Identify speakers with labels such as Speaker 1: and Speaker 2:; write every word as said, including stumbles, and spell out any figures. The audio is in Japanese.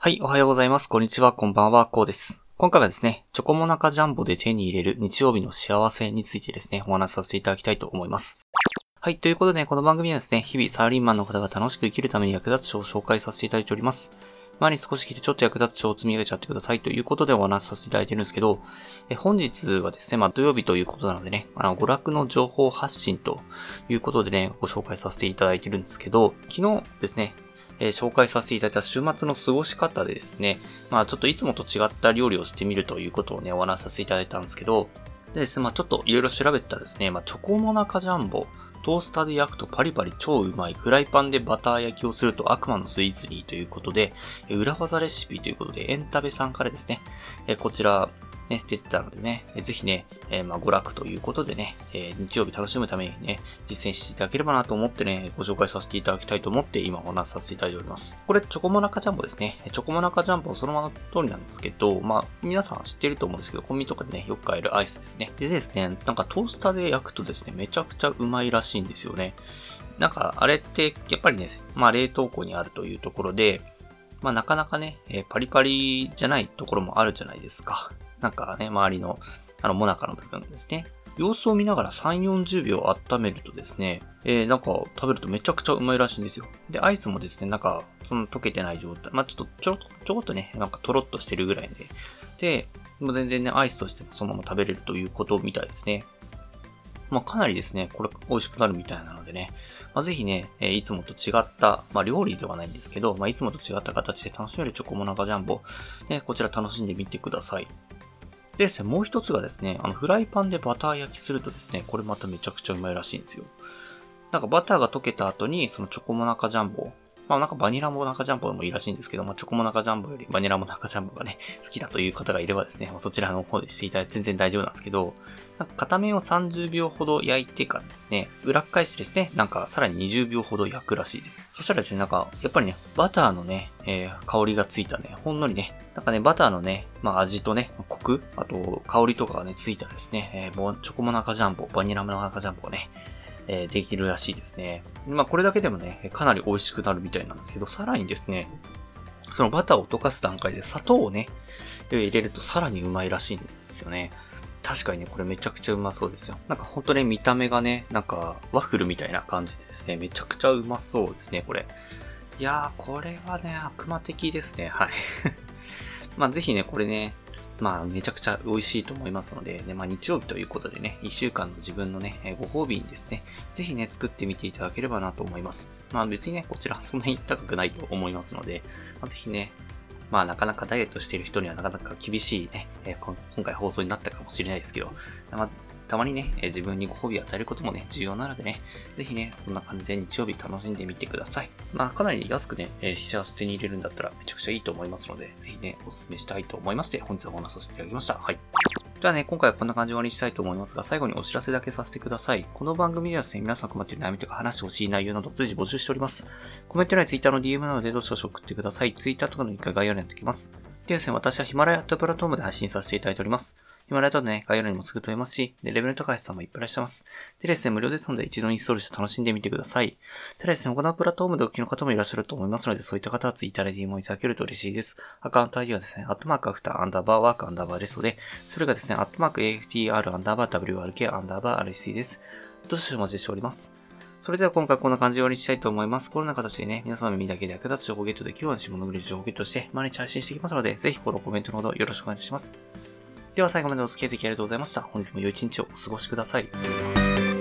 Speaker 1: はい、おはようございます。こんにちは、こんばんは、こうです。今回はですね、チョコモナカジャンボで手に入れる日曜日の幸せについてですね、お話しさせていただきたいと思います。はい、ということで、この番組はですね、日々サラリーマンの方が楽しく生きるために役立つ書を紹介させていただいております。前に少し聞いてちょっと役立つ書を積み上げちゃってくださいということでお話しさせていただいてるんですけど、え本日はですね、まあ土曜日ということなのでね、あの、娯楽の情報発信ということでね、ご紹介させていただいてるんですけど、昨日ですね、えー、紹介させていただいた週末の過ごし方でですね、まあちょっといつもと違った料理をしてみるということをね、お話しさせていただいたんですけど、でですね、まあちょっといろいろ調べてたらですね、まあチョコモナカジャンボ、トースターで焼くとパリパリ超うまい、フライパンでバター焼きをすると悪魔のスイーツにということで、裏技レシピということで、エンタベさんからですね、えこちら、ね、出てたのでね、ぜひね、えー、まあ娯楽ということでね、えー、日曜日楽しむためにね、実践していただければなと思ってね、ご紹介させていただきたいと思って今お話しさせていただいております。これ、チョコモナカジャンボですね。チョコモナカジャンボそのまま通りなんですけど、まあ、皆さん知っていると思うんですけど、コンビニとかでね、よく買えるアイスですね。でですね、なんかトースターで焼くとですね、めちゃくちゃうまいらしいんですよね。なんか、あれって、やっぱりね、まあ冷凍庫にあるというところで、まあなかなかね、えー、パリパリじゃないところもあるじゃないですか。なんかね、周りの、あの、モナカの部分ですね。様子を見ながらさんじゅう、よんじゅうびょう温めるとですね、えー、なんか食べるとめちゃくちゃうまいらしいんですよ。で、アイスもですね、なんか、その溶けてない状態。まあちょっと、ちょろっと、ちょこっとね、なんかとろっとしてるぐらいで。で、もう全然ね、アイスとしてもそのまま食べれるということみたいですね。まあかなりですね、これ美味しくなるみたいなのでね、まあ、ぜひね、えー、いつもと違った、まあ料理ではないんですけど、まあいつもと違った形で楽しめるチョコモナカジャンボ、ね、こちら楽しんでみてください。でですね、もう一つがですね、あのフライパンでバター焼きするとですね、これまためちゃくちゃうまいらしいんですよ。なんかバターが溶けた後に、そのチョコモナカジャンボ、まあなんかバニラモナカジャンボでもいいらしいんですけど、まあチョコモナカジャンボよりバニラモナカジャンボがね、好きだという方がいればですね、そちらの方でしていただいて全然大丈夫なんですけど、なんか片面をさんじゅうびょうほど焼いてからですね、裏返してですね、なんかさらににじゅうびょうほど焼くらしいです。そしたらですね、なんかやっぱりね、バターのね、えー、香りがついたね、ほんのりね、なんかね、バターのね、まあ味とね、コク、あと香りとかがね、ついたですね、えー、もうチョコモナカジャンボ、バニラモナカジャンボをね、えー、できるらしいですね。まあこれだけでもね、かなり美味しくなるみたいなんですけど、さらにですね、そのバターを溶かす段階で砂糖をね、入れるとさらにうまいらしいんですよね。確かにね、これめちゃくちゃうまそうですよ。なんかほんとね、見た目がね、なんかワッフルみたいな感じでですね、めちゃくちゃうまそうですね、これ。いやー、これはね、悪魔的ですね、はい。まあぜひね、これね、まあめちゃくちゃ美味しいと思いますので、ね、まあ日曜日ということでね、いっしゅうかんの自分のね、ご褒美にですね、ぜひね、作ってみていただければなと思います。まあ別にね、こちらそんなに高くないと思いますので、まあ、ぜひね、まあなかなかダイエットしている人にはなかなか厳しいね、えー、今回放送になったかもしれないですけど、まあ、たまにね、えー、自分にご褒美を与えることもね、重要なのでね、ぜひね、そんな感じで日曜日楽しんでみてください。まあかなり安くね、えー、幸せ手に入れるんだったらめちゃくちゃいいと思いますので、ぜひね、お勧めしたいと思いまして、本日はお話しさせていただきました。はい。ではね、今回はこんな感じで終わりにしたいと思いますが、最後にお知らせだけさせてください。この番組ではですね、皆さん困っている悩みとか話してほしい内容など随時募集しております。コメント欄や Twitter の ディーエム なのでどしどし送ってください。Twitter とかのリンクが概要欄に貼っておきます。でですね、私はヒマラヤとプラットフォームで配信させていただいております。ヒマラヤとね、概要欄にもすぐ飛べますし、で、レベル高い人もいっぱいいらっしゃいます。でですね、無料ですので一度インストールして楽しんでみてください。ただですね、他のプラットフォームでお聞きの方もいらっしゃると思いますので、そういった方は Twitter で ディーエム をいただけると嬉しいです。アカウント アイディー はですね、アットマークアフターアンダーバーワークアンダーバーですので、それがですね、アットマーク エーエフティーアール アンダーバー ダブリューアールケー アンダーバー アールシー です。どうしお待ちしております。それでは今回こんな感じで終わりにしたいと思います。このような形でね、皆さんの耳だけで役立つ情報ゲットできるような下のグリ情報ゲットして毎日配信していきますので、ぜひフォロー、コメントのほどよろしくお願いします。では最後までお付き合いいただきありがとうございました。本日も良い一日をお過ごしください。それでは。